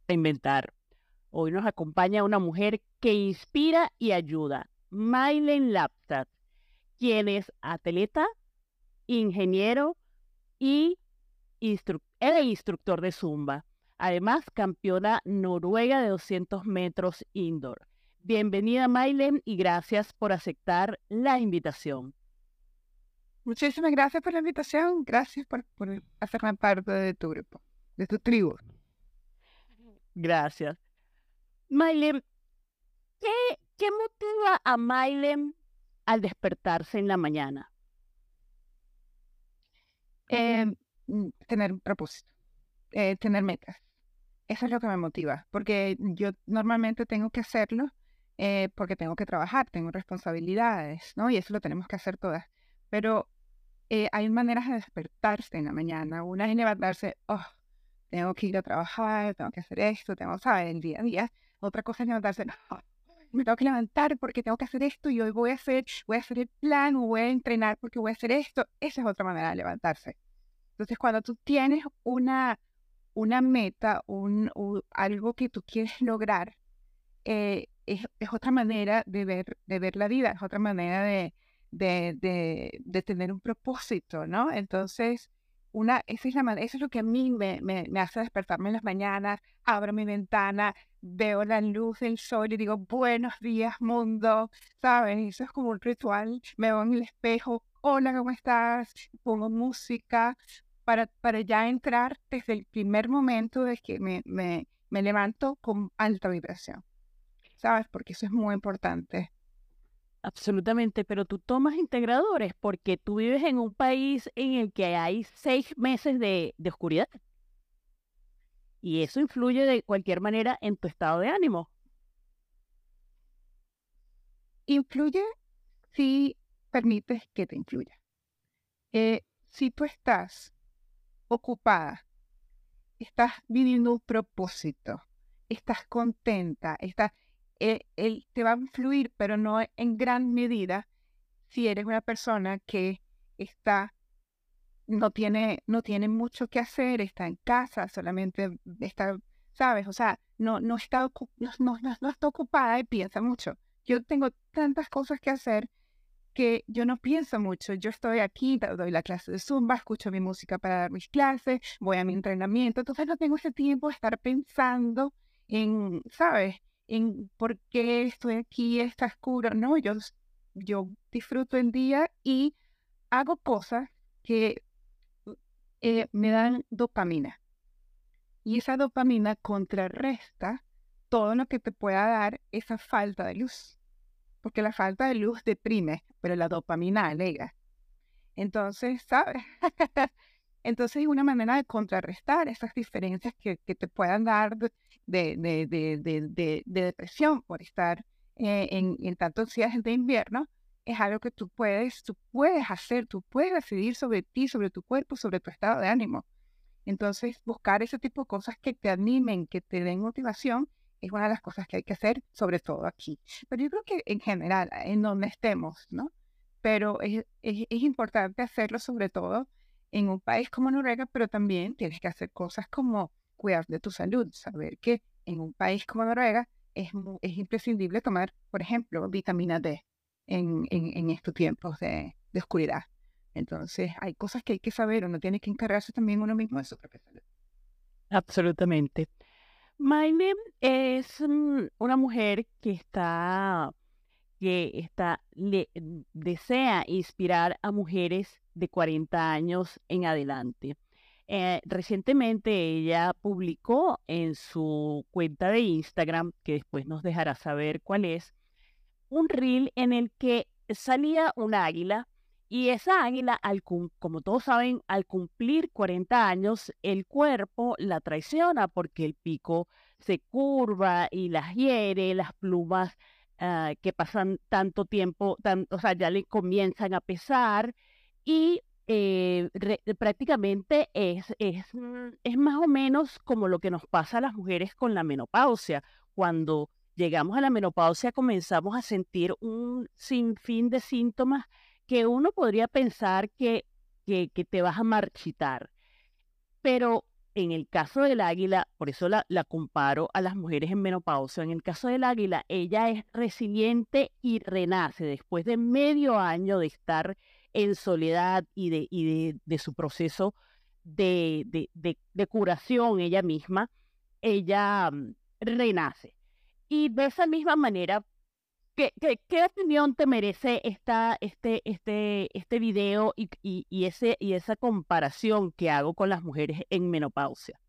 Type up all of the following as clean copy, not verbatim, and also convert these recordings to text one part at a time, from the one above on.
inventar. Hoy nos acompaña una mujer que inspira y ayuda, Maylen Lapsat, quien es atleta, ingeniero y instructor de Zumba. Además, campeona noruega de 200 metros indoor. Bienvenida, Maylen, y gracias por aceptar la invitación. Muchísimas gracias por la invitación. Gracias por hacerme parte de tu grupo, de tu tribu. Gracias. Maylen, ¿qué motiva a Maylen al despertarse en la mañana? Tener un propósito, tener metas. Eso es lo que me motiva, porque yo normalmente tengo que hacerlo porque tengo que trabajar, tengo responsabilidades, ¿no? Y eso lo tenemos que hacer todas. Pero hay maneras de despertarse en la mañana. Una es levantarse, oh, tengo que ir a trabajar, tengo que hacer esto, ¿sabes? El día a día. Otra cosa es levantarse, "Ah, me tengo que levantar porque tengo que hacer esto y hoy voy a hacer el plan o voy a entrenar porque voy a hacer esto". Esa es otra manera de levantarse. Entonces, cuando tú tienes una meta, algo que tú quieres lograr, es otra manera de ver la vida, es otra manera de tener un propósito, ¿no? Entonces, eso es lo que a mí me hace despertarme en las mañanas, abro mi ventana, veo la luz del sol y digo, buenos días, mundo, ¿sabes? Eso es como un ritual, me veo en el espejo, hola, ¿cómo estás? Pongo música para ya entrar desde el primer momento de que me levanto con alta vibración. ¿Sabes? Porque eso es muy importante. Absolutamente, pero tú tomas integradores porque tú vives en un país en el que hay 6 meses de oscuridad y eso influye de cualquier manera en tu estado de ánimo. Influye si permites que te influya. Si tú estás ocupada, estás viviendo un propósito, estás contenta, él te va a influir, pero no en gran medida si eres una persona que está, no tiene mucho que hacer, está en casa, solamente está, ¿sabes? O sea, no está ocupada y piensa mucho. Yo tengo tantas cosas que hacer que yo no pienso mucho. Yo estoy aquí, doy la clase de Zumba, escucho mi música para dar mis clases, voy a mi entrenamiento. Entonces no tengo ese tiempo de estar pensando en, ¿sabes? En por qué estoy aquí, está oscuro. No, yo disfruto el día y hago cosas que me dan dopamina. Y esa dopamina contrarresta todo lo que te pueda dar esa falta de luz. Porque la falta de luz deprime, pero la dopamina alegra. Entonces, ¿sabes? Entonces es una manera de contrarrestar esas diferencias que te puedan dar de depresión por estar en tantos días de invierno. Es algo que tú puedes hacer, tú puedes decidir sobre ti, sobre tu cuerpo, sobre tu estado de ánimo. Entonces, buscar ese tipo de cosas que te animen, que te den motivación, es una de las cosas que hay que hacer, sobre todo aquí. Pero yo creo que en general, en donde estemos, ¿no? Pero es importante hacerlo sobre todo en un país como Noruega, pero también tienes que hacer cosas como cuidar de tu salud, saber que en un país como Noruega es imprescindible tomar, por ejemplo, vitamina D en estos tiempos de oscuridad. Entonces, hay cosas que hay que saber, uno tiene que encargarse también uno mismo de su propia salud. Absolutamente. Maylen es una mujer desea inspirar a mujeres de 40 años en adelante. Recientemente ella publicó en su cuenta de Instagram, que después nos dejará saber cuál es, un reel en el que salía un águila y esa águila, como todos saben, al cumplir 40 años, el cuerpo la traiciona porque el pico se curva y las hiere, las plumas que pasan tanto tiempo, o sea, ya le comienzan a pesar y prácticamente es más o menos como lo que nos pasa a las mujeres con la menopausia, cuando llegamos a la menopausia, comenzamos a sentir un sinfín de síntomas que uno podría pensar que te vas a marchitar. Pero en el caso del águila, por eso la comparo a las mujeres en menopausia, en el caso del águila, ella es resiliente y renace después de medio año de estar en soledad y de su proceso de curación ella misma, ella renace. Y de esa misma manera, ¿qué opinión te merece este video y esa comparación que hago con las mujeres en menopausia?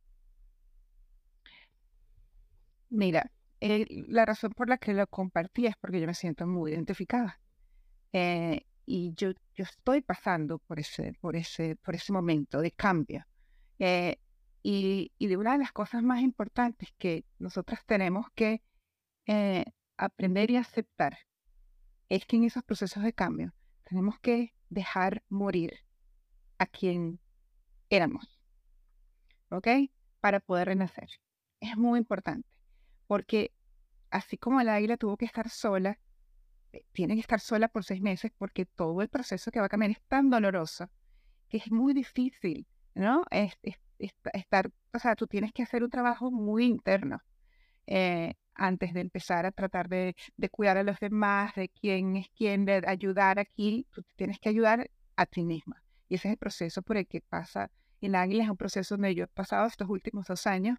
Mira, la razón por la que lo compartí es porque yo me siento muy identificada. Y yo estoy pasando por ese momento de cambio. Eh, y de una de las cosas más importantes que nosotras tenemos que eh, aprender y aceptar es que en esos procesos de cambio tenemos que dejar morir a quien éramos, ¿ok? Para poder renacer. Es muy importante, porque así como el águila tuvo que estar sola, tiene que estar sola por 6 meses porque todo el proceso que va a cambiar es tan doloroso que es muy difícil, ¿no? Estar, o sea, tú tienes que hacer un trabajo muy interno antes de empezar a tratar de cuidar a los demás, de quién es quién, de ayudar aquí, tú te tienes que ayudar a ti misma. Y ese es el proceso por el que pasa el águila, es un proceso donde yo he pasado estos últimos 2 años.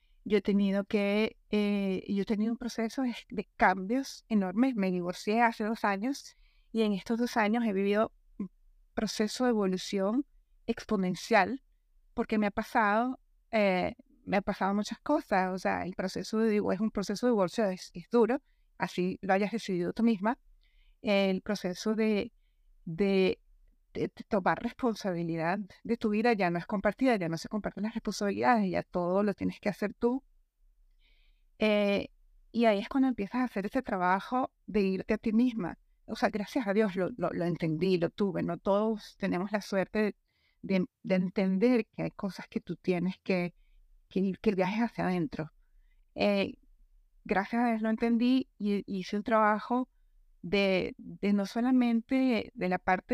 Yo he tenido un proceso de cambios enormes. Me divorcié hace 2 años y en estos 2 años he vivido un proceso de evolución exponencial porque me ha pasado muchas cosas. O sea, el proceso es un proceso de divorcio, es duro, así lo hayas decidido tú misma. El proceso de, de tomar responsabilidad de tu vida ya no es compartida, ya no se comparten las responsabilidades, ya todo lo tienes que hacer tú. Eh, y ahí es cuando empiezas a hacer ese trabajo de irte a ti misma. O sea, gracias a Dios lo entendí, lo tuve. No todos tenemos la suerte de entender que hay cosas que tú tienes que viajes hacia adentro. Eh, Gracias a Dios lo entendí y hice un trabajo de no solamente de la parte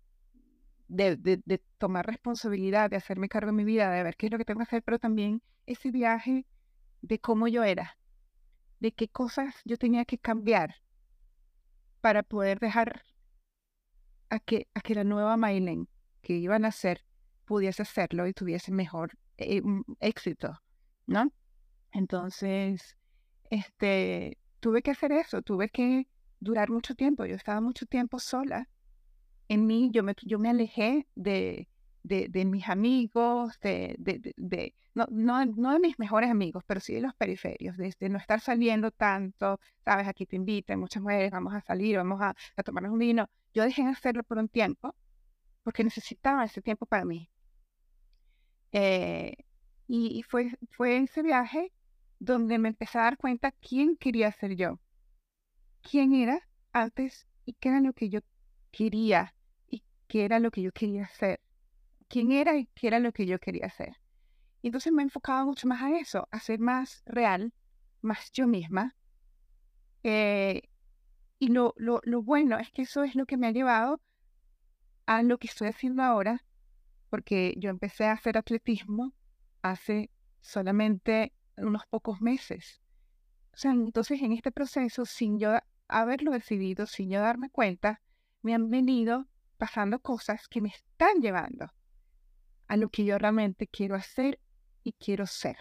de tomar responsabilidad, de hacerme cargo de mi vida, de ver qué es lo que tengo que hacer, pero también ese viaje de cómo yo era, de qué cosas yo tenía que cambiar para poder dejar a que la nueva Maylen que iban a hacer pudiese hacerlo y tuviese mejor éxito, ¿no? Entonces, tuve que hacer eso, tuve que durar mucho tiempo. Yo estaba mucho tiempo sola en mí, yo me alejé de mis amigos, no de mis mejores amigos, pero sí de los periferios, de no estar saliendo tanto, sabes, aquí te invitan muchas mujeres, vamos a salir, vamos a tomarnos un vino. Yo dejé de hacerlo por un tiempo porque necesitaba ese tiempo para mí. Eh, y fue ese viaje donde me empecé a dar cuenta quién quería ser yo, quién era antes y qué era lo que yo quería y qué era lo que yo quería hacer, quién era y qué era lo que yo quería hacer. Y entonces me enfocaba mucho más a eso, a ser más real, más yo misma. eh, y lo bueno es que eso es lo que me ha llevado a lo que estoy haciendo ahora, porque yo empecé a hacer atletismo hace solamente unos pocos meses. O sea, entonces en este proceso, sin yo haberlo decidido, sin yo darme cuenta, me han venido pasando cosas que me están llevando a lo que yo realmente quiero hacer y quiero ser.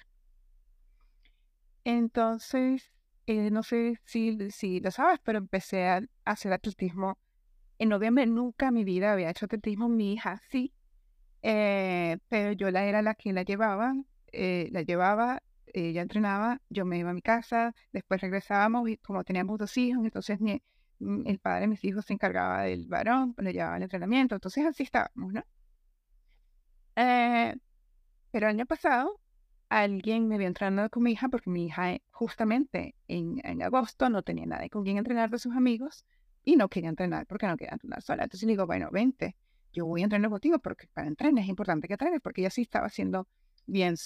Entonces, no sé si lo sabes, pero empecé a hacer atletismo en noviembre. Nunca en mi vida había hecho atletismo. Mi hija sí, pero yo era la que la llevaba, ella entrenaba, yo me iba a mi casa, después regresábamos y como teníamos 2 hijos, entonces el padre de mis hijos se encargaba del varón, lo llevaba al entrenamiento, entonces así estábamos, ¿no? Eh, pero el año pasado alguien me vio entrenando con mi hija porque mi hija justamente en agosto no tenía nadie con quien entrenar de sus amigos y no quería entrenar porque no quería entrenar sola. Entonces le digo, bueno, vente, yo voy a entrenar contigo porque para entrenar es importante que entrenes porque ella sí estaba haciendo bien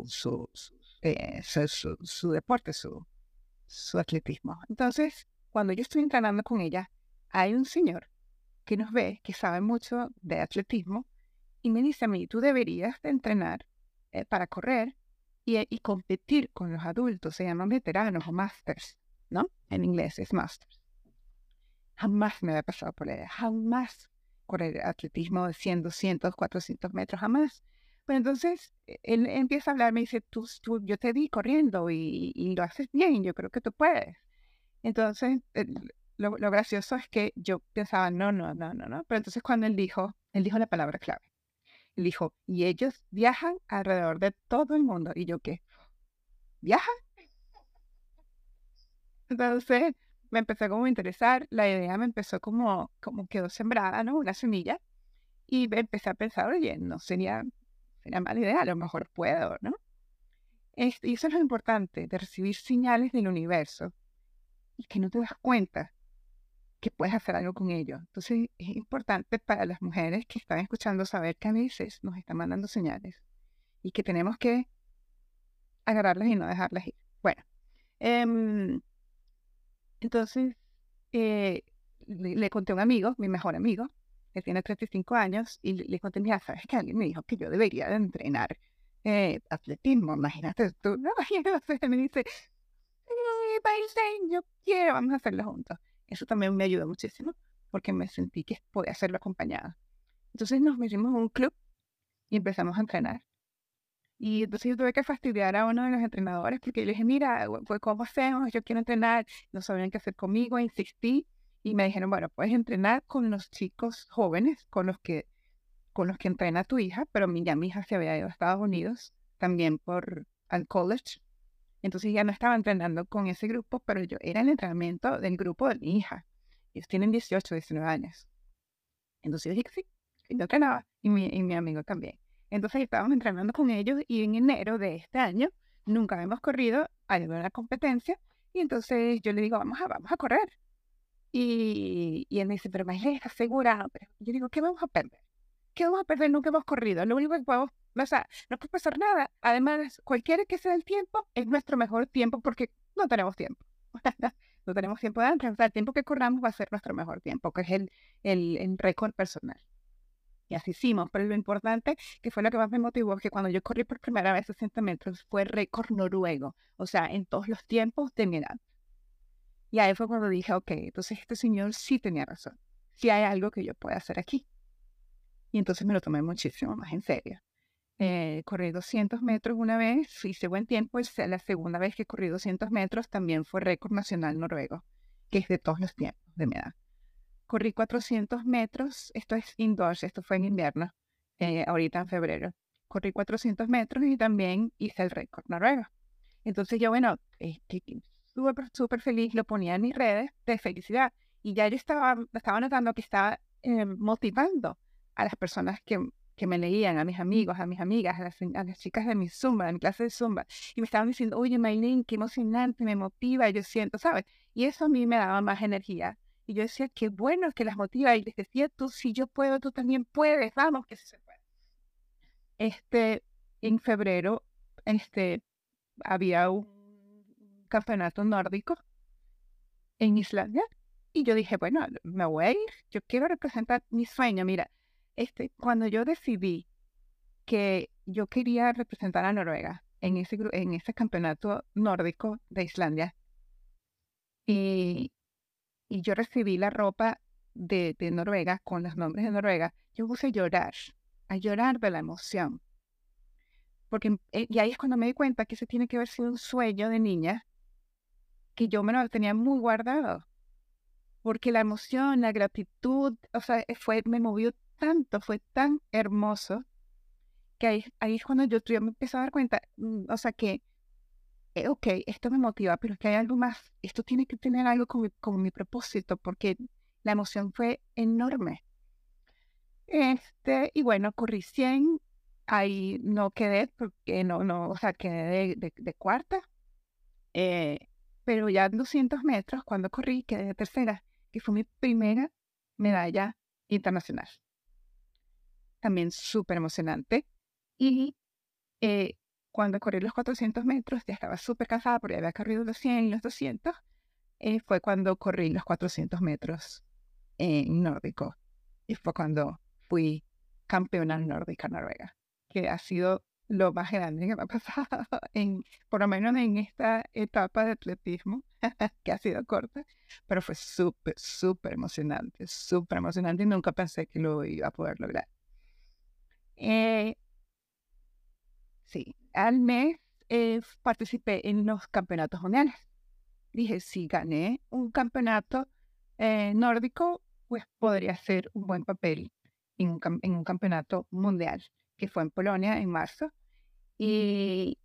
su deporte, su atletismo. Entonces, cuando yo estoy entrenando con ella, hay un señor que nos ve, que sabe mucho de atletismo y me dice a mí, tú deberías de entrenar para correr y competir con los adultos. Se llaman veteranos o masters, ¿no? En inglés es masters. Jamás me había pasado por la idea, jamás correr atletismo de 100, 200, 400 metros, jamás. Pues entonces él empieza a hablar, me dice, yo te vi corriendo y lo haces bien, yo creo que tú puedes. Entonces, lo gracioso es que yo pensaba, no. Pero entonces cuando él dijo la palabra clave. Él dijo, y ellos viajan alrededor de todo el mundo. Y yo, ¿qué? ¿Viajan? Entonces me empezó como a interesar, la idea me empezó como quedó sembrada, ¿no? Una semilla. Y empecé a pensar, oye, no sería mala idea, a lo mejor puedo, ¿no? Y eso es lo importante, de recibir señales del universo y que no te das cuenta que puedes hacer algo con ello. Entonces es importante para las mujeres que están escuchando saber que a veces nos están mandando señales y que tenemos que agarrarlas y no dejarlas ir. Bueno, entonces le conté a un amigo, mi mejor amigo, que tiene 35 años, y le conté, mira, ¿sabes que alguien me dijo que yo debería de entrenar atletismo? Imagínate tú, ¿no? Y entonces él me dice, yo quiero, vamos a hacerlo juntos. Eso también me ayudó muchísimo, porque me sentí que podía hacerlo acompañada. Entonces nos metimos en un club y empezamos a entrenar. Y entonces yo tuve que fastidiar a uno de los entrenadores porque yo le dije, mira, pues ¿cómo hacemos? Yo quiero entrenar. No sabían qué hacer conmigo, insistí y me dijeron, bueno, puedes entrenar con los chicos jóvenes con los que entrena tu hija, pero mi hija se había ido a Estados Unidos también al college. Entonces ya no estaba entrenando con ese grupo, pero yo era el entrenamiento del grupo de mi hija. Ellos tienen 18, 19 años. Entonces yo dije que sí, y yo entrenaba y mi amigo también. Entonces estábamos entrenando con ellos y en enero de este año nunca habíamos corrido a ninguna competencia y entonces yo le digo, vamos a correr. Y él me dice, pero Maile, ¿estás segura? Pero yo digo, ¿qué vamos a perder? ¿Qué vamos a perder? Nunca hemos corrido. Lo único que podemos, o sea, no puede pasar nada. Además, cualquiera que sea el tiempo es nuestro mejor tiempo porque no tenemos tiempo. No tenemos tiempo de antes. O sea, el tiempo que corramos va a ser nuestro mejor tiempo, que es el récord personal. Y así hicimos, pero lo importante, que fue lo que más me motivó, que cuando yo corrí por primera vez 60 metros, fue récord noruego, o sea, en todos los tiempos de mi edad. Y ahí fue cuando dije, ok, entonces este señor sí tenía razón, sí hay algo que yo pueda hacer aquí. Y entonces me lo tomé muchísimo más en serio. Corrí 200 metros una vez, hice buen tiempo, y la segunda vez que corrí 200 metros también fue récord nacional noruego, que es de todos los tiempos de mi edad. Corrí 400 metros, esto es indoors, esto fue en invierno, ahorita en febrero. Corrí 400 metros y también hice el récord noruego. Entonces yo, bueno, súper feliz, lo ponía en mis redes de felicidad. Y ya yo estaba notando que estaba motivando a las personas que me leían, a mis amigos, a mis amigas, a las chicas de mi Zumba, de mi clase de Zumba. Y me estaban diciendo, oye, Maylin, qué emocionante, me motiva, yo siento, ¿sabes? Y eso a mí me daba más energía. Y yo decía, qué bueno que las motiva. Y les decía, tú, si yo puedo, tú también puedes. Vamos, que sí se puede. En febrero, había un campeonato nórdico en Islandia. Y yo dije, bueno, me voy a ir. Yo quiero representar mi sueño. Mira, cuando yo decidí que yo quería representar a Noruega en ese campeonato nórdico de Islandia, y yo recibí la ropa de Noruega con los nombres de Noruega, yo puse a llorar de la emoción. Porque, y ahí es cuando me di cuenta que ese tiene que haber sido un sueño de niña que yo me lo tenía muy guardado. Porque la emoción, la gratitud, o sea, me movió tanto, fue tan hermoso, que ahí es cuando yo me empecé a dar cuenta, o sea, que, ok, esto me motiva, pero es que hay algo más, esto tiene que tener algo con mi propósito, porque la emoción fue enorme. Y bueno, corrí 100, ahí no quedé, porque o sea, quedé de cuarta, pero ya en 200 metros, cuando corrí, quedé de tercera, que fue mi primera medalla internacional. También súper emocionante. Y cuando corrí los 400 metros, ya estaba súper cansada porque había corrido los 100 y los 200, fue cuando corrí los 400 metros en nórdico. Y fue cuando fui campeona nórdica noruega, que ha sido lo más grande que me ha pasado, por lo menos en esta etapa de atletismo, que ha sido corta, pero fue súper emocionante y nunca pensé que lo iba a poder lograr. Eh, sí, al mes participé en los campeonatos mundiales. Dije, si gané un campeonato nórdico, pues podría ser un buen papel en un campeonato mundial, que fue en Polonia en marzo. Y,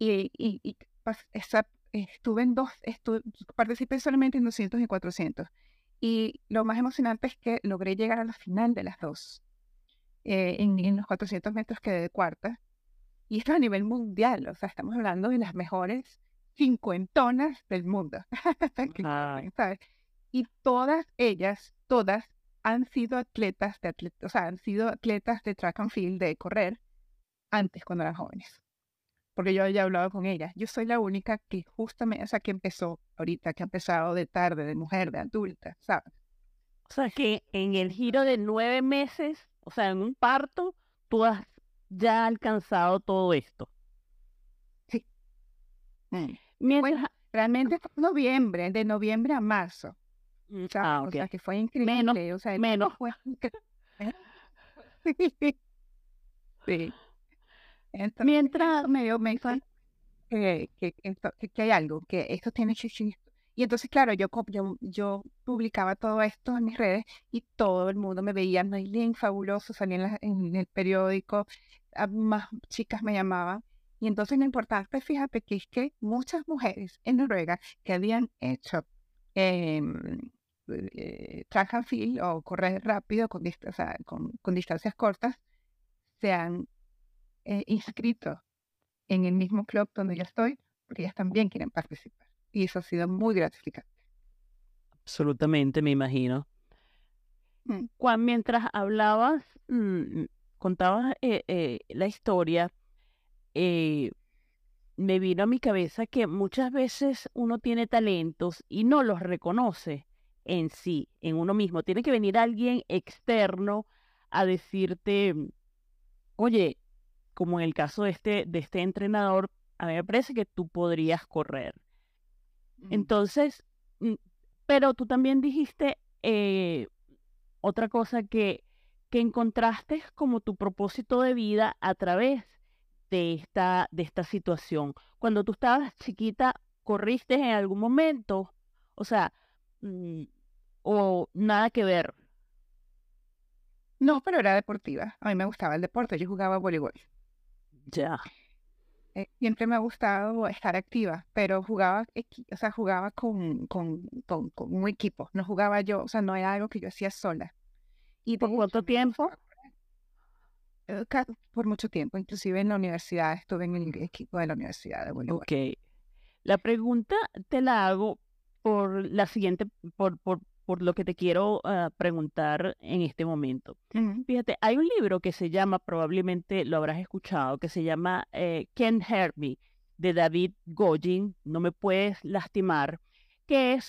estuve en participé solamente en 200 y 400. Y lo más emocionante es que logré llegar a la final de las dos. En los 400 metros quedé de cuarta. Y esto a nivel mundial, o sea, estamos hablando de las mejores cincuentonas del mundo. Ay, ¿Sabes? Y todas ellas, todas han sido o sea, han sido atletas de track and field, de correr, antes cuando eran jóvenes. Porque yo ya he hablado con ellas. Yo soy la única que justamente, o sea, que empezó ahorita, que ha empezado de tarde, de mujer, de adulta, ¿sabes? o sea, que en el giro de 9 meses, o sea, en un parto, tú has ya alcanzado todo esto. Sí. Mm. Bueno, Mientras, realmente fue noviembre, de noviembre a marzo, ¿sabes? O ok, sea, que fue menos, increíble. O sea, el menos. tiempo fue increíble. Sí. Entonces, Mientras, eso me hizo que hay algo, que esto tiene que. Y entonces, claro, yo publicaba todo esto en mis redes y todo el mundo me veía, Nailin, fabuloso, salía en el periódico, más chicas me llamaban. Y entonces lo importante, fíjate, que es que muchas mujeres en Noruega que habían hecho track and field o correr rápido o sea, con distancias cortas, se han inscrito en el mismo club donde yo estoy, porque ellas también quieren participar. Y eso ha sido muy gratificante. absolutamente, me imagino. Mm, Mientras hablabas, contabas la historia, eh, me vino a mi cabeza que muchas veces uno tiene talentos y no los reconoce en sí, en uno mismo. Tiene que venir alguien externo a decirte, oye, como en el caso de este entrenador, a mí me parece que tú podrías correr. mm. Entonces, mm, pero tú también dijiste otra cosa que encontraste como tu propósito de vida a través de esta situación. Cuando tú estabas chiquita, ¿corriste en algún momento? O sea, mm, o nada que ver. No, pero era deportiva. A mí me gustaba el deporte. Yo jugaba voleibol. Ya. Siempre me ha gustado estar activa, pero o sea, jugaba con un equipo. No jugaba yo, o sea, no era algo que yo hacía sola. Y ¿Por de hecho, cuánto a mí me tiempo? gustaba por mucho tiempo. Inclusive en la universidad estuve en el equipo de la universidad de voleibol. Ok. La pregunta te la hago por la siguiente, por lo que te quiero preguntar en este momento. Ujú, Fíjate, hay un libro que se llama, probablemente lo habrás escuchado, que se llama Can't Hurt Me, de David Goggin, No me puedes lastimar, que es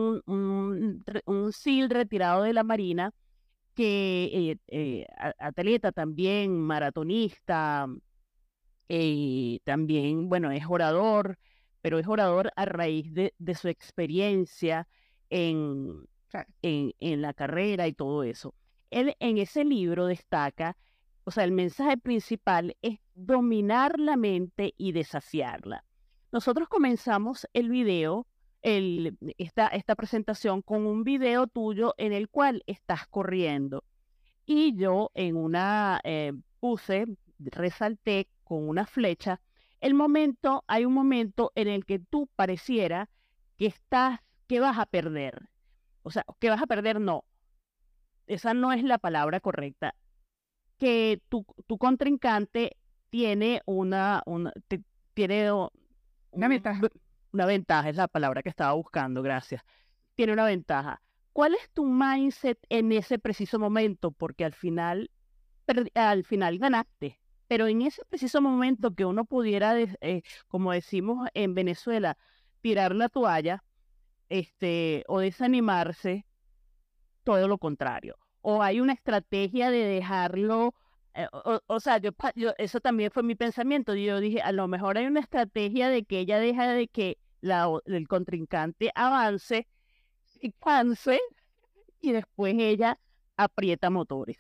un SEAL retirado de la Marina, que atleta también, maratonista, también, bueno, es orador, pero es orador a raíz de su experiencia en, claro. en la carrera y todo eso. Él en ese libro destaca, o sea, el mensaje principal es dominar la mente y desafiarla. Nosotros comenzamos el video, esta presentación con un video tuyo en el cual estás corriendo. Y yo en una puse, resalté con una flecha hay un momento en el que tú pareciera que vas a perder. O sea, que vas a perder, no, esa no es la palabra correcta. Que tu contrincante tiene tiene Una ventaja. una ventaja, es la palabra que estaba buscando, gracias. Tiene una ventaja. ¿Cuál es tu mindset en ese preciso momento? Porque al final ganaste, pero en ese preciso momento que uno pudiera, como decimos en Venezuela, tirar la toalla, o desanimarse, todo lo contrario. O hay una estrategia de dejarlo O sea, eso también fue mi pensamiento. Yo dije, a lo mejor hay una estrategia de que ella deja de que el contrincante avance y canse y después ella aprieta motores.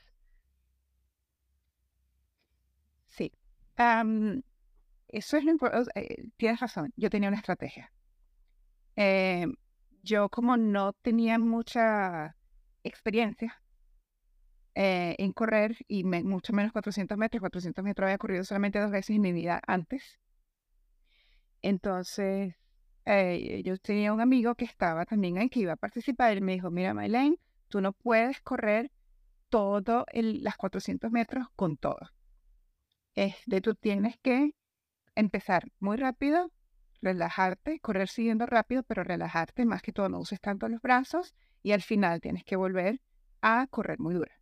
Sí. Eso es lo importante. Tienes razón, yo tenía una estrategia. Eh, yo como no tenía mucha experiencia en correr y mucho menos 400 metros había corrido solamente 2 veces en mi vida antes. Entonces, yo tenía un amigo que estaba también ahí, que iba a participar, y me dijo, mira, Maylene, tú no puedes correr las 400 metros con todo. Tú tienes que empezar muy rápido, relajarte, correr siguiendo rápido, pero relajarte, más que todo no uses tanto los brazos, y al final tienes que volver a correr muy duro.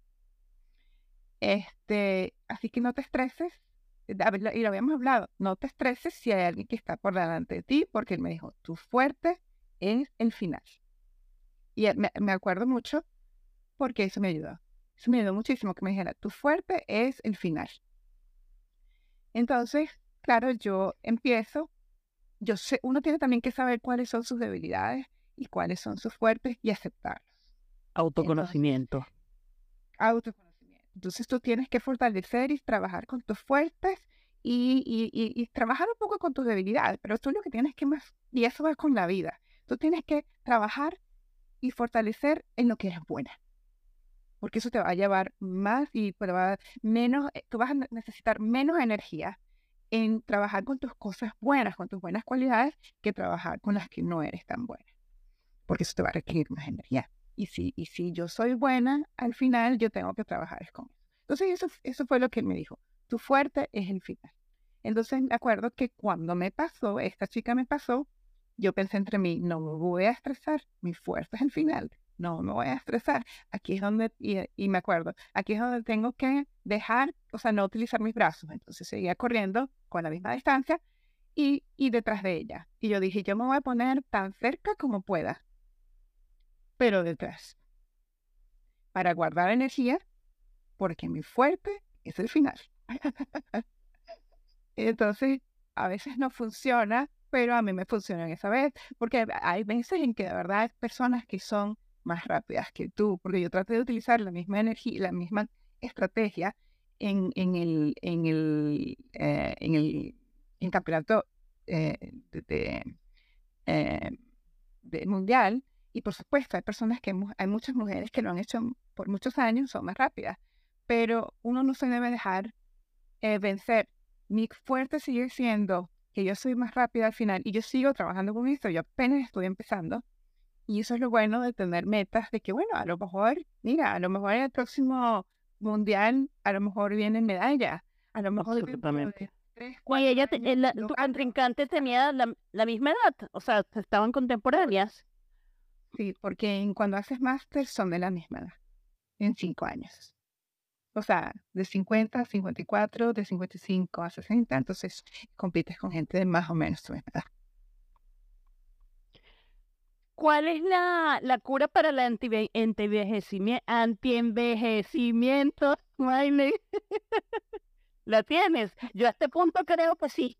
Así que no te estreses, y lo habíamos hablado, no te estreses si hay alguien que está por delante de ti, porque él me dijo, tu fuerte es el final. Y me acuerdo mucho porque eso me ayudó. Eso me ayudó muchísimo que me dijera, tu fuerte es el final. Entonces, claro, yo empiezo, uno tiene también que saber cuáles son sus debilidades y cuáles son sus fuertes y aceptarlos. Entonces, Autoconocimiento. autoconocimiento. Entonces tú tienes que fortalecer y trabajar con tus fuertes y trabajar un poco con tus debilidades, pero tú lo que tienes que más, y eso va con la vida, tú tienes que trabajar y fortalecer en lo que eres buena, porque eso te va a llevar más y te va a menos, tú vas a necesitar menos energía en trabajar con tus cosas buenas, con tus buenas cualidades, que trabajar con las que no eres tan buena, porque eso te va a requerir más energía. Y si yo soy buena, al final yo tengo que trabajar con eso. Entonces eso fue lo que él me dijo. Tu fuerte es el final. Entonces me acuerdo que cuando esta chica me pasó, yo pensé entre mí, no me voy a estresar, mi fuerte es el final, no me voy a estresar. Aquí es donde, y me acuerdo, aquí es donde tengo que dejar, o sea, no utilizar mis brazos. Entonces seguía corriendo con la misma distancia y detrás de ella. Y yo dije, yo me voy a poner tan cerca como pueda, pero detrás, para guardar energía, porque mi fuerte es el final. Entonces, a veces no funciona, pero a mí me funciona esa vez, porque hay veces en que de verdad hay personas que son más rápidas que tú, porque yo traté de utilizar la misma energía, la misma estrategia en campeonato eh, de, de, eh, mundial, y por supuesto hay personas hay muchas mujeres que lo han hecho por muchos años, son más rápidas, pero uno no se debe dejar vencer. Mi fuerte sigue siendo que yo soy más rápida al final y yo sigo trabajando con esto, yo apenas estoy empezando, y eso es lo bueno de tener metas, de que bueno, a lo mejor, mira, a lo mejor en el próximo mundial, a lo mejor vienen medallas, a lo mejor dentro de Absolutamente. 3, Y 4 ella, años lo tu gano. contrincante tenía la misma edad, o sea, estaban contemporáneas. Sí, porque cuando haces máster son de la misma edad, en 5 años. O sea, de 50 a 54, de 55 a 60, entonces compites con gente de más o menos tu misma edad. ¿Cuál es la cura para el antienvejecimiento, Miley? ¿La tienes? Yo a este punto creo que sí.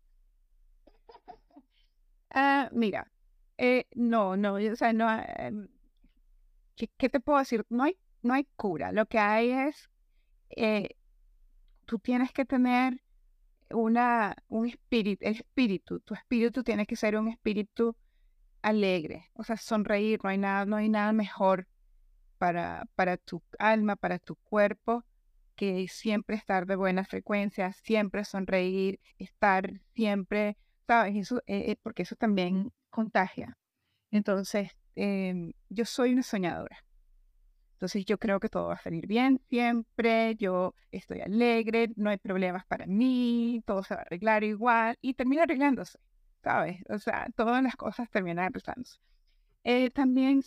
Mira, no, o sea, no, ¿qué te puedo decir? No hay cura. Lo que hay es, eh, tú tienes que tener un espíritu, tu espíritu tiene que ser un espíritu alegre, o sea, sonreír, no hay nada mejor para tu alma, para tu cuerpo, que siempre estar de buena frecuencia, siempre sonreír, estar siempre, ¿sabes? Eso, porque eso también contagia. Entonces, yo soy una soñadora. Entonces, yo creo que todo va a salir bien siempre, yo estoy alegre, no hay problemas para mí, todo se va a arreglar igual y termina arreglándose, ¿sabes? O sea, todas las cosas terminan arreglándose. También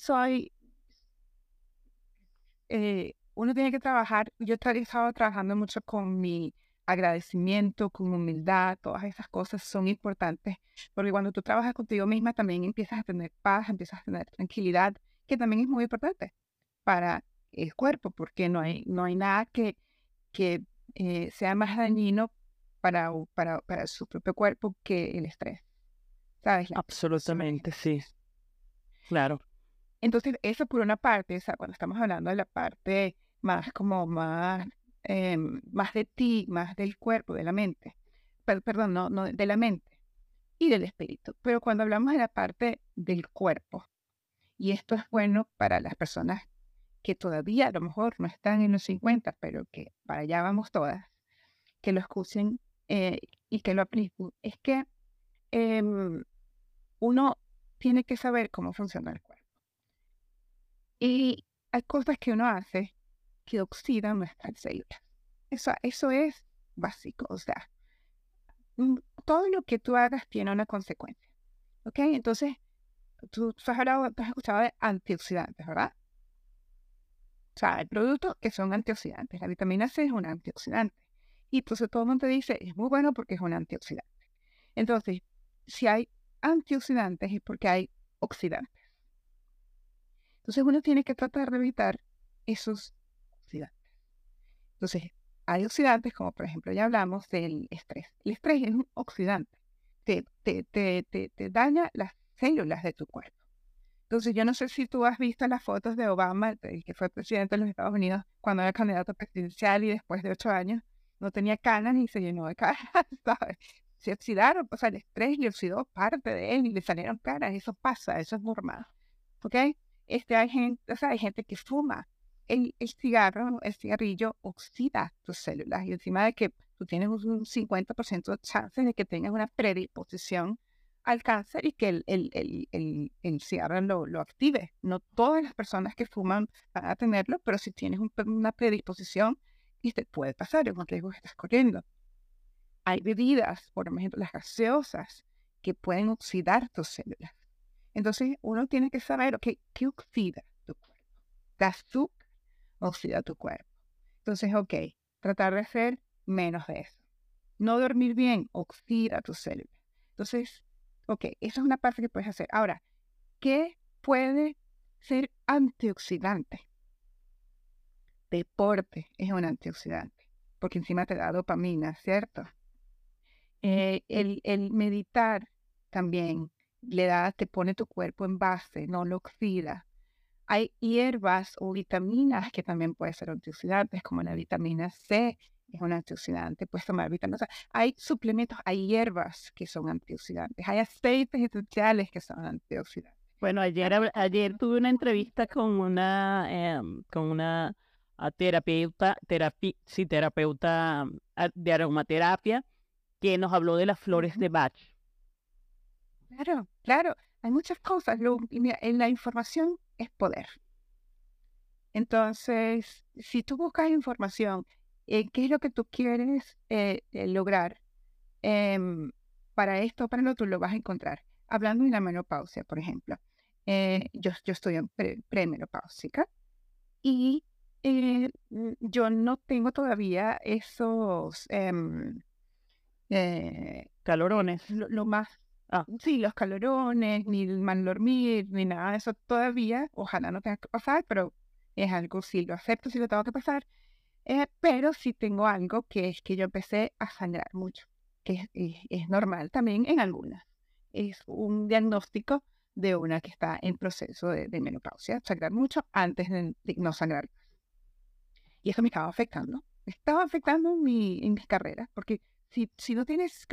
uno tiene que trabajar, yo he estado trabajando mucho con mi agradecimiento, con humildad, todas esas cosas son importantes, porque cuando tú trabajas contigo misma también empiezas a tener paz, empiezas a tener tranquilidad, que también es muy importante para el cuerpo, porque no hay nada que sea más dañino para su propio cuerpo que el estrés, ¿sabes? La acumulación de Absolutamente, sí, estrés. claro, Entonces, eso por una parte, o sea, cuando estamos hablando de la parte más de ti, más del cuerpo, de la mente, perdón, no, de la mente y del espíritu. Pero cuando hablamos de la parte del cuerpo, y esto es bueno para las personas que todavía a lo mejor no están en los 50, pero que para allá vamos todas, que lo escuchen y que lo apliquen, es que em, uno tiene que saber cómo funciona el cuerpo. Y hay cosas que uno hace que oxidan nuestras células. Eso es básico. O sea, todo lo que tú hagas tiene una consecuencia. ¿Ok? Entonces, tú has escuchado de antioxidantes, ¿verdad? O sea, hay productos que son antioxidantes. La vitamina C es un antioxidante. Y entonces todo el mundo te dice, es muy bueno porque es un antioxidante. Entonces, si hay antioxidantes es porque hay oxidantes. Entonces uno tiene que tratar de evitar esos oxidantes. Entonces, hay oxidantes como por ejemplo ya hablamos del estrés. El estrés es un oxidante. Te daña las células de tu cuerpo. Entonces, yo no sé si tú has visto las fotos de Obama, el que fue presidente de los Estados Unidos, cuando era candidato presidencial y después de 8 años no tenía canas y se llenó de canas, ¿sabes? Se oxidaron, o sea, el estrés le oxidó parte de él y le salieron canas. Eso pasa, eso es normal. ¿Ok? Hay gente que fuma. El cigarro, el cigarrillo oxida tus células y encima de que tú tienes un 50% de chances de que tengas una predisposición al cáncer y que el cigarro lo active. No todas las personas que fuman van a tenerlo, pero si tienes una predisposición y te puede pasar, es un riesgo que estás corriendo. Hay bebidas, por ejemplo, las gaseosas, que pueden oxidar tus células. Entonces, uno tiene que saber, ok, ¿qué oxida tu cuerpo? ¿Qué azúcar oxida tu cuerpo? Entonces, ok, tratar de hacer menos de eso. No dormir bien oxida tus células. Entonces, ok, esa es una parte que puedes hacer. Ahora, ¿qué puede ser antioxidante? Deporte es un antioxidante, porque encima te da dopamina, ¿cierto? El meditar también te pone tu cuerpo en base, no lo oxida. Hay hierbas o vitaminas que también pueden ser antioxidantes, como la vitamina C es un antioxidante, puedes tomar vitaminas. O sea, hay suplementos, hay hierbas que son antioxidantes, hay aceites esenciales que son antioxidantes. bueno, ayer tuve una entrevista con una terapeuta, sí, terapeuta de aromaterapia que nos habló de las flores Ujú. de Bach. Claro, claro, hay muchas cosas. Y mira, en la información es poder. Entonces, si tú buscas información, qué es lo que tú quieres lograr em, para esto, para lo otro, lo vas a encontrar. Hablando de la menopausia, por ejemplo, yo estoy en premenopáusica y yo no tengo todavía esos, Calorones. lo más, Ah, sí, los calorones, ni el mal dormir, ni nada de eso todavía. Ojalá no tenga que pasar, pero es algo, sí lo acepto, si lo tengo que pasar. Pero sí tengo algo que es que yo empecé a sangrar mucho, que es normal también en algunas. Es un diagnóstico de una que está en proceso de menopausia, sangrar mucho antes de no sangrar. Y eso me estaba afectando. Me estaba afectando en mis carreras, porque si no tienes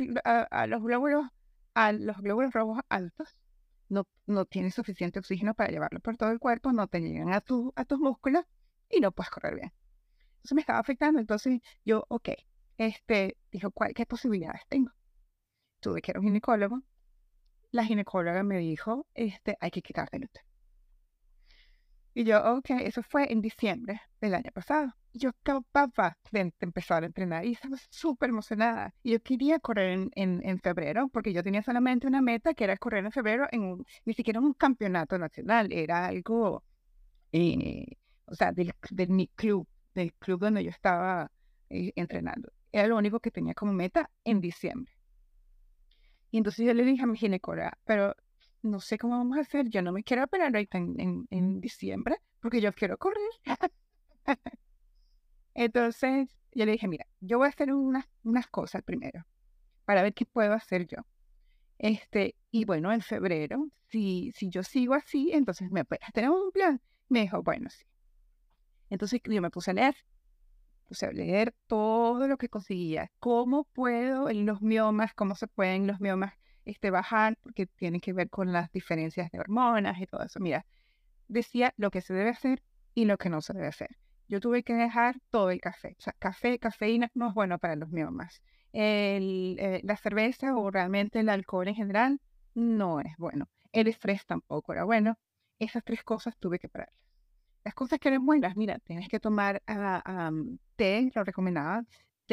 a los glóbulos rojos altos, no tienes suficiente oxígeno para llevarlo por todo el cuerpo, no te llegan a tus músculos y no puedes correr bien. Eso me estaba afectando. Entonces yo, ok, dijo, ¿qué posibilidades tengo? Tuve que ir a un ginecólogo. La ginecóloga me dijo, hay que quitarte el útero. Y yo, ok, eso fue en diciembre del año pasado. Y yo acababa de empezar a entrenar y estaba súper emocionada. Y yo quería correr en febrero, porque yo tenía solamente una meta que era correr en febrero ni siquiera un campeonato nacional, era algo, eh, o sea, de mi club, del club donde yo estaba entrenando. Era lo único que tenía como meta en diciembre. Y entonces yo le dije a mi ginecóloga, pero no sé cómo vamos a hacer, yo no me quiero operar ahorita en diciembre porque yo quiero correr. Entonces yo le dije, mira, yo voy a hacer unas cosas primero para ver qué puedo hacer yo. Y bueno, en febrero, si yo sigo así, entonces me puedes tener un plan. Me dijo, bueno, sí. Entonces yo me puse a leer todo lo que conseguía. ¿Cómo puedo en los miomas, cómo se pueden los miomas bajar? Porque tienen que ver con las diferencias de hormonas y todo eso. Mira, decía lo que se debe hacer y lo que no se debe hacer. Yo tuve que dejar todo el café. O sea, cafeína no es bueno para los miomas. La cerveza o realmente el alcohol en general no es bueno. El estrés tampoco era bueno. Esas 3 cosas tuve que parar. Las cosas que eran buenas, mira, tienes que tomar té, lo recomendaba,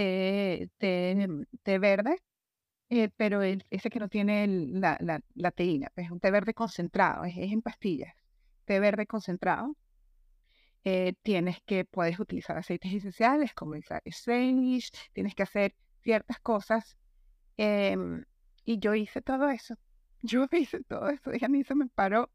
té verde, pero ese que no tiene la teína, pues es un té verde concentrado, es en pastillas, té verde concentrado. Puedes utilizar aceites esenciales como el sage, tienes que hacer ciertas cosas, em, y yo hice todo eso. Yo hice todo eso, y a mí se me paró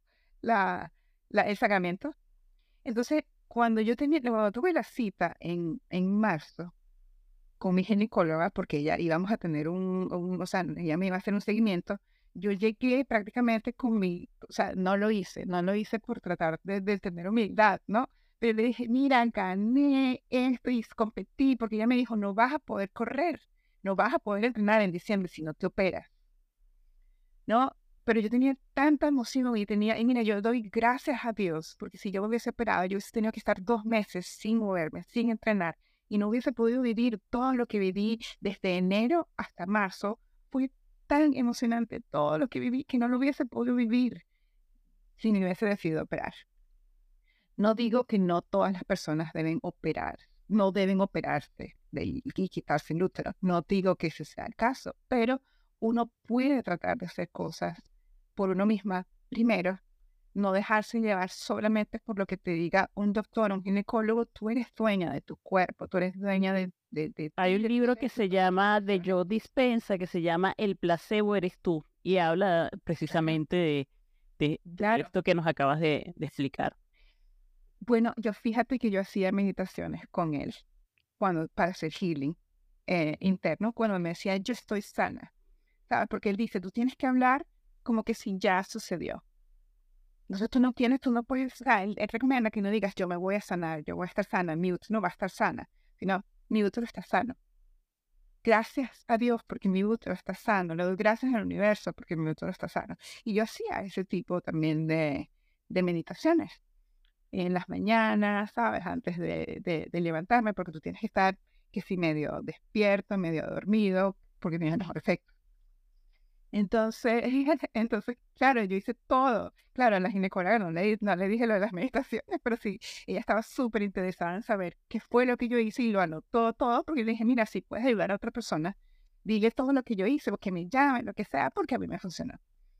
el sacramento. Entonces, cuando tuve la cita en marzo con mi ginecóloga, porque ella íbamos a tener o sea, ella me iba a hacer un seguimiento, yo llegué prácticamente o sea, no lo hice por tratar de tener humildad, ¿no? Pero le dije, mira, gané esto y competí, porque ella me dijo, no vas a poder correr, no vas a poder entrenar en diciembre si no te operas, ¿no? Pero yo tenía tanta emoción y mira, yo doy gracias a Dios, porque si yo me hubiese operado, yo hubiese tenido que estar 2 meses sin moverme, sin entrenar, y no hubiese podido vivir todo lo que viví desde enero hasta marzo. Fue tan emocionante todo lo que viví que no lo hubiese podido vivir si me hubiese decidido operar. No digo que no todas las personas deben operar, no deben operarse y quitarse el útero, no digo que ese sea el caso, pero uno puede tratar de hacer cosas por uno misma primero, no dejarse llevar solamente por lo que te diga un doctor, un ginecólogo. Tú eres dueña de tu cuerpo, tú eres dueña de Hay ti, un de tu libro que ser, de se tus llama de emociones. Joe Dispenza, que se llama El placebo eres tú, y habla Claro, precisamente de claro. esto que nos acabas de explicar. Bueno, yo fíjate que yo hacía meditaciones con él para hacer healing interno, cuando me decía, yo estoy sana, ¿sabes? Porque él dice, tú tienes que hablar como que si ya sucedió. Entonces tú no puedes, o sea, él recomienda que no digas, yo me voy a sanar, yo voy a estar sana, mi útero no va a estar sana, sino mi útero está sano. Gracias a Dios porque mi útero está sano, le doy gracias al universo porque mi útero está sano. Y yo hacía ese tipo también de meditaciones en las mañanas, ¿sabes? Antes de levantarme, porque tú tienes que estar, que si medio despierto, medio dormido, porque tienes mejor efecto. Entonces, claro, yo hice todo. Claro, a la ginecóloga no le dije lo de las meditaciones, pero sí, ella estaba súper interesada en saber qué fue lo que yo hice y lo anotó todo, porque le dije, mira, si puedes ayudar a otra persona, dile todo lo que yo hice, que me llame, lo que sea, porque a mí me funcionó.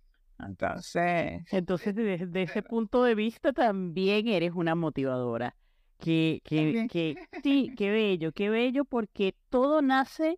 Entonces, Entonces, desde ese pero punto de vista, también eres una motivadora. también, Sí, qué bello, porque todo nace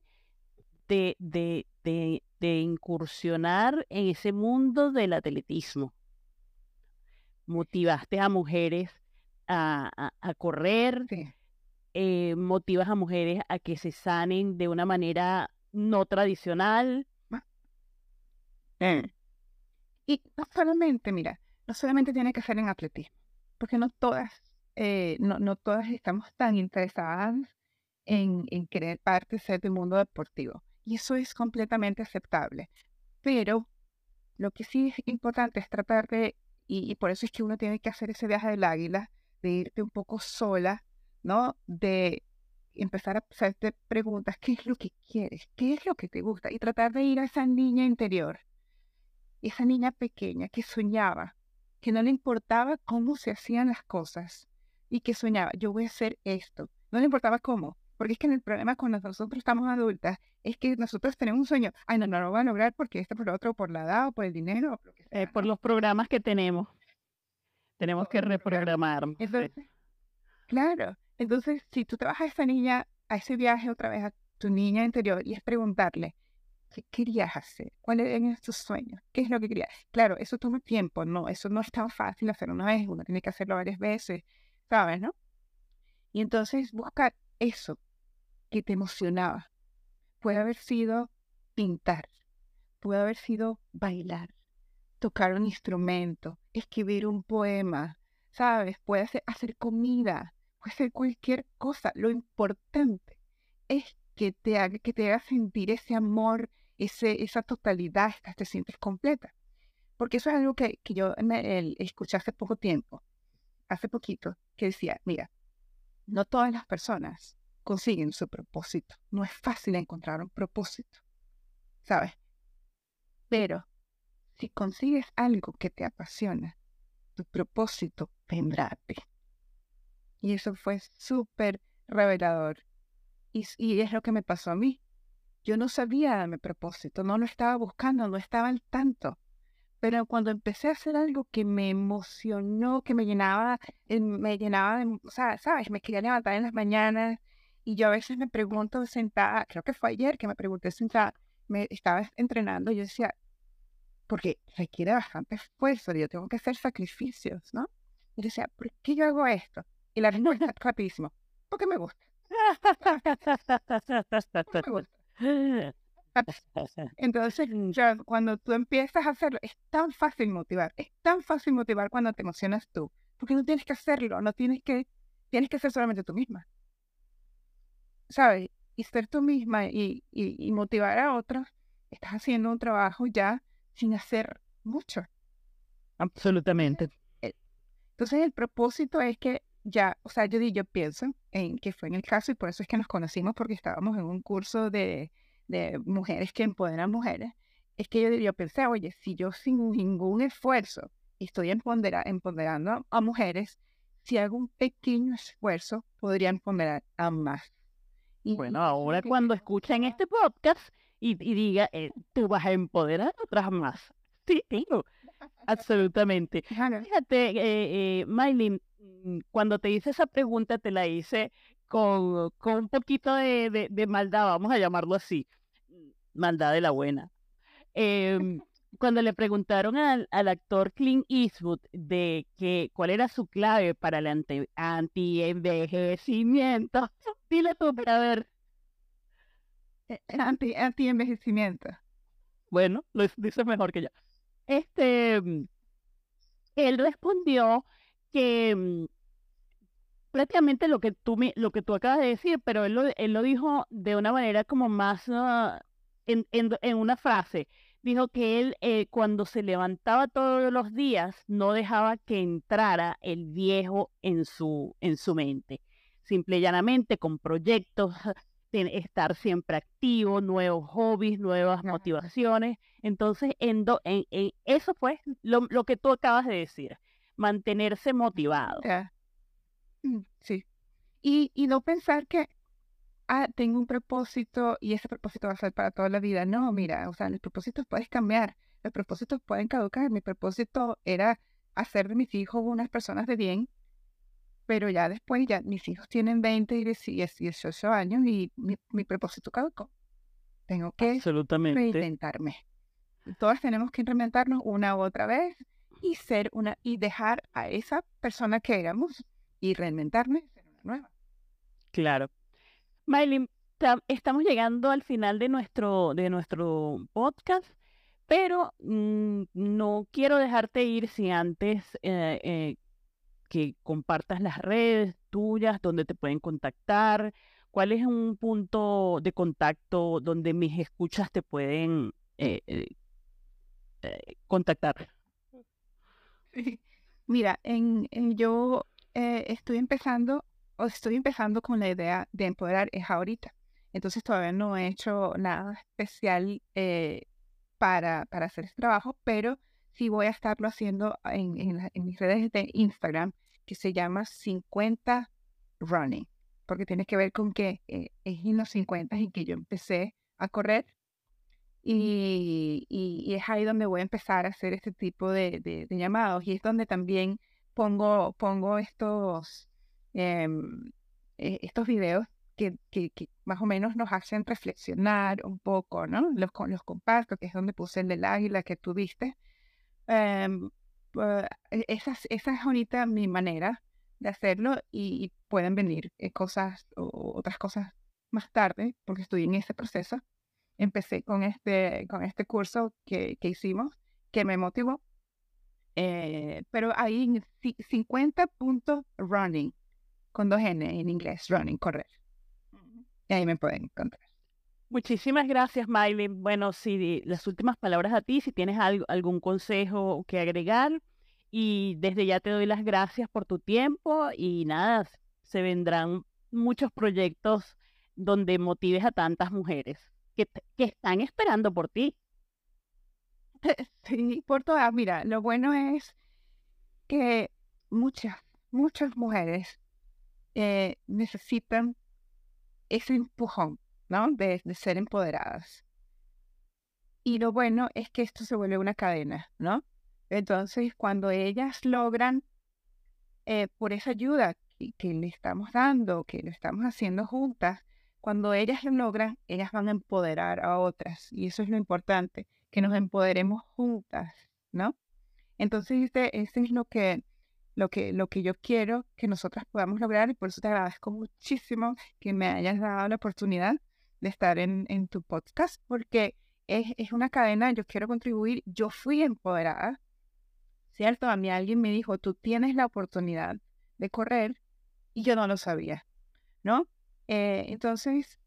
de incursionar en ese mundo del atletismo. Motivaste a mujeres a correr, sí. motivas a mujeres a que se sanen de una manera no tradicional. Mm. Y no solamente, mira, no solamente tiene que ser en atletismo, porque no todas estamos tan interesadas en querer ser del mundo deportivo. Y eso es completamente aceptable. Pero lo que sí es importante es tratar y por eso es que uno tiene que hacer ese viaje del águila, de irte un poco sola, ¿no? De empezar a hacerte preguntas, ¿qué es lo que quieres? ¿Qué es lo que te gusta? Y tratar de ir a esa niña interior, esa niña pequeña que soñaba, que no le importaba cómo se hacían las cosas y que soñaba, yo voy a hacer esto. No le importaba cómo, porque es que el problema cuando nosotros estamos adultas es que nosotros tenemos un sueño, ay, no lo voy a lograr porque esto, por lo otro, por la edad o por el dinero o por lo que sea, Por ¿no? los programas que tenemos que Por los programas. reprogramar. Entonces, claro, entonces si tú te vas a esa niña, a ese viaje otra vez a tu niña interior y es preguntarle, ¿qué querías hacer? ¿Cuáles eran tus sueños? ¿Qué es lo que querías? Claro, eso toma tiempo, no, eso no es tan fácil hacer una vez, uno tiene que hacerlo varias veces, ¿sabes, no? Y entonces buscar eso, que te emocionaba. Puede haber sido pintar, puede haber sido bailar, tocar un instrumento, escribir un poema, ¿sabes? Puede ser hacer comida, puede ser cualquier cosa. Lo importante es que te haga sentir ese amor, esa totalidad, te sientes completa. Porque eso es algo que yo escuché hace poco tiempo, hace poquito, que decía, mira, no todas las personas consiguen su propósito. No es fácil encontrar un propósito, ¿sabes? Pero si consigues algo que te apasiona, tu propósito vendrá a ti. Y eso fue súper revelador. Y es lo que me pasó a mí. Yo no sabía de mi propósito, no lo estaba buscando, no estaba al tanto. Pero cuando empecé a hacer algo que me emocionó, que me llenaba de, o sea, ¿sabes? Me quería levantar en las mañanas y yo a veces me pregunto sentada, creo que fue ayer que me pregunté sentada, me estaba entrenando y yo decía, porque requiere bastante esfuerzo, yo tengo que hacer sacrificios, ¿no? Y yo decía, ¿por qué yo hago esto? Y la respuesta es rapidísimo, porque me gusta, porque me gusta. Entonces, ya cuando tú empiezas a hacerlo, es tan fácil motivar cuando te emocionas tú, porque no tienes que hacerlo, tienes que ser solamente tú misma, ¿sabes? Y ser tú misma y motivar a otros, estás haciendo un trabajo ya sin hacer mucho. Absolutamente. Eh, Entonces, el propósito es que ya, o sea, yo pienso en que fue en el caso y por eso es que nos conocimos porque estábamos en un curso de mujeres que empoderan mujeres. Es que yo pensé, oye, si yo sin ningún esfuerzo estoy empoderando a mujeres, si hago un pequeño esfuerzo, podría empoderar a más. Bueno, Y eso es ahora lo que cuando escuchen este podcast y diga, tú vas a empoderar a otras más. Sí, claro, absolutamente. Ajá. Fíjate, Maylin, cuando te hice esa pregunta, te la hice con un poquito de maldad, vamos a llamarlo así, maldad de la buena. Em, Cuando le preguntaron al actor Clint Eastwood de que cuál era su clave para el anti-envejecimiento, dile tú para ver. Anti-envejecimiento. Bueno, lo dices mejor que yo. Este, él respondió que prácticamente lo que tú acabas de decir, pero él lo dijo de una manera como más en una frase. Dijo que él cuando se levantaba todos los días no dejaba que entrara el viejo en su mente. Simple y llanamente con proyectos, estar siempre activo, nuevos hobbies, nuevas Ajá. motivaciones. Entonces, eso fue lo que tú acabas de decir, mantenerse motivado. Ya. Sí. Y no pensar que tengo un propósito y ese propósito va a ser para toda la vida. No, mira, o sea, los propósitos puedes cambiar, los propósitos pueden caducar. Mi propósito era hacer de mis hijos unas personas de bien, pero ya después, ya mis hijos tienen 20 y 18 años y mi propósito caducó. Tengo que Absolutamente. reinventarme. Todas tenemos que reinventarnos una u otra vez y dejar a esa persona que éramos y reinventarnos y ser una nueva. Claro. Maylin, estamos llegando al final de nuestro podcast, pero no quiero dejarte ir sin antes que compartas las redes tuyas, donde te pueden contactar, cuál es un punto de contacto donde mis escuchas te pueden contactar. Sí. Mira, yo estoy empezando con la idea de empoderar es ahorita. Entonces todavía no he hecho nada especial para hacer este trabajo, pero sí voy a estarlo haciendo en mis redes de Instagram, que se llama 50 Running, porque tiene que ver con que es en los 50 en que yo empecé a correr y es ahí donde voy a empezar a hacer este tipo de llamados y es donde también pongo estos videos que más o menos nos hacen reflexionar un poco, ¿no? Los comparto, que es donde puse el del águila que tú viste. Em, esa es ahorita mi manera de hacerlo y pueden venir cosas o otras cosas más tarde, porque estoy en ese proceso, empecé con este curso que hicimos, que me motivó, pero ahí en 50 puntos running, con 2 N en inglés, running, correr. Y ahí me pueden encontrar. Muchísimas gracias, Maylin. Bueno, sí, las últimas palabras a ti, si tienes algún consejo que agregar. Y desde ya te doy las gracias por tu tiempo y nada, se vendrán muchos proyectos donde motives a tantas mujeres que están esperando por ti. Sí, por todas. Mira, lo bueno es que muchas mujeres necesitan ese empujón, ¿no? De ser empoderadas. Y lo bueno es que esto se vuelve una cadena, ¿no? Entonces, cuando ellas logran, por esa ayuda que le estamos dando, que lo estamos haciendo juntas, cuando ellas lo logran, ellas van a empoderar a otras. Y eso es lo importante, que nos empoderemos juntas, ¿no? Entonces, ese es lo que yo quiero que nosotras podamos lograr, y por eso te agradezco muchísimo que me hayas dado la oportunidad de estar en tu podcast, porque es una cadena. Yo quiero contribuir. Yo fui empoderada, ¿cierto? A mí alguien me dijo, tú tienes la oportunidad de correr, y yo no lo sabía, ¿no? Entonces,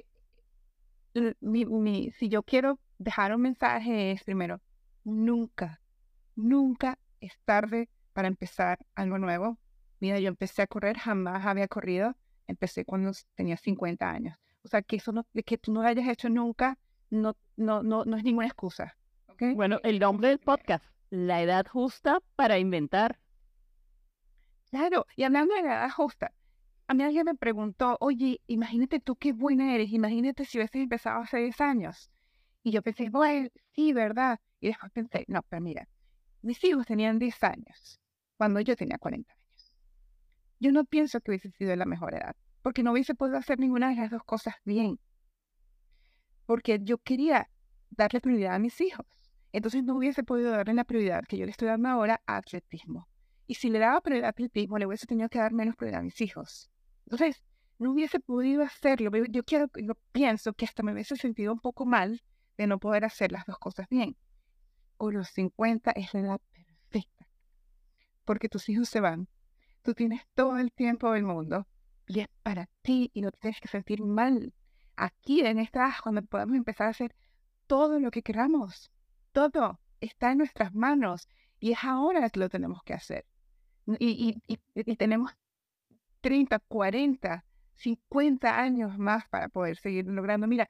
si yo quiero dejar un mensaje es, primero, nunca, nunca es tarde para empezar algo nuevo. Mira, yo empecé a correr, jamás había corrido, empecé cuando tenía 50 años. O sea, que eso no, que tú no lo hayas hecho nunca, no es ninguna excusa, ¿ok? Bueno, el nombre del podcast, La Edad Justa para Inventar. Claro, y hablando de la edad justa, a mí alguien me preguntó, oye, imagínate tú qué buena eres, imagínate si hubieses empezado hace 10 años. Y yo pensé, bueno, sí, ¿verdad? Y después pensé, no, pero mira, mis hijos tenían 10 años cuando yo tenía 40 años. Yo no pienso que hubiese sido la mejor edad, porque no hubiese podido hacer ninguna de las dos cosas bien, porque yo quería darle prioridad a mis hijos. Entonces no hubiese podido darle la prioridad que yo le estoy dando ahora a atletismo. Y si le daba prioridad a atletismo, le hubiese tenido que dar menos prioridad a mis hijos. Entonces, no hubiese podido hacerlo. Yo pienso que hasta me hubiese sentido un poco mal de no poder hacer las dos cosas bien. O los 50 es la edad perfecta, porque tus hijos se van. Tú tienes todo el tiempo del mundo y es para ti y no te tienes que sentir mal. Aquí en esta edad, cuando podemos empezar a hacer todo lo que queramos, todo está en nuestras manos y es ahora que lo tenemos que hacer. Y tenemos 30, 40, 50 años más para poder seguir logrando. Mira,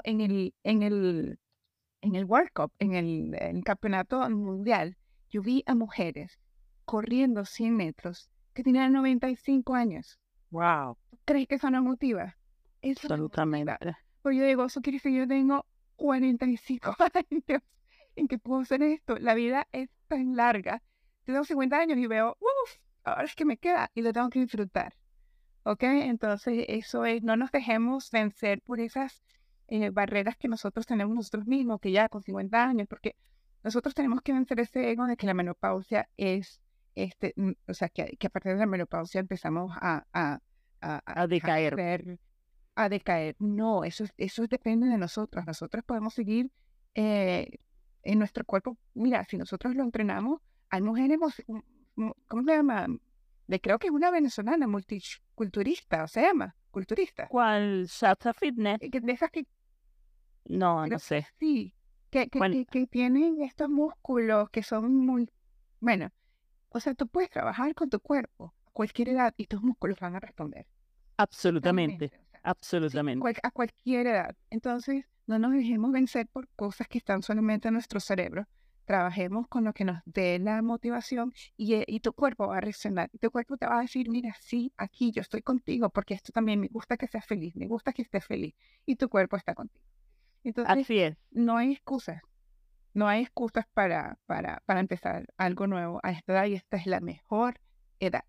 en el World Cup, en el campeonato mundial, yo vi a mujeres corriendo 100 metros que tenían 95 años. Wow, ¿Tú crees que eso nos motiva? Eso me motiva. absolutamente. Pues yo digo, eso quiere decir que yo tengo 45 años en que puedo hacer esto. La vida es tan larga. Tengo 50 años y veo, uff, ahora es que me queda y lo tengo que disfrutar. ¿Ok? Entonces, eso es, no nos dejemos vencer por esas barreras que nosotros tenemos nosotros mismos, que ya con 50 años, porque nosotros tenemos que vencer ese ego de que la menopausia es, o sea, que a partir de la menopausia empezamos A decaer. a decaer. No, eso depende de nosotros. Nosotros podemos seguir en nuestro cuerpo. Mira, si nosotros lo entrenamos, hay mujeres, ¿cómo se llama? Creo que es una venezolana multiculturista, o se llama, culturista. ¿Cuál? Shasta Fitness. De esas que No, no creo que sé. sí, Bueno, que tienen estos músculos que son muy, bueno, o sea, tú puedes trabajar con tu cuerpo a cualquier edad y tus músculos van a responder. absolutamente, Realmente, o sea, sí, absolutamente. a cualquier edad. Entonces, no nos dejemos vencer por cosas que están solamente en nuestro cerebro. Trabajemos con lo que nos dé la motivación y tu cuerpo va a reaccionar. Y tu cuerpo te va a decir, mira, sí, aquí yo estoy contigo porque esto también me gusta que seas feliz, me gusta que estés feliz. Y tu cuerpo está contigo. Entonces, Así es. no hay excusas. No hay excusas para empezar algo nuevo a esta edad y esta es la mejor edad.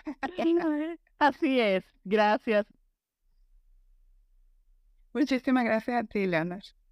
Así es. Gracias. Muchísimas gracias a ti, Leonard.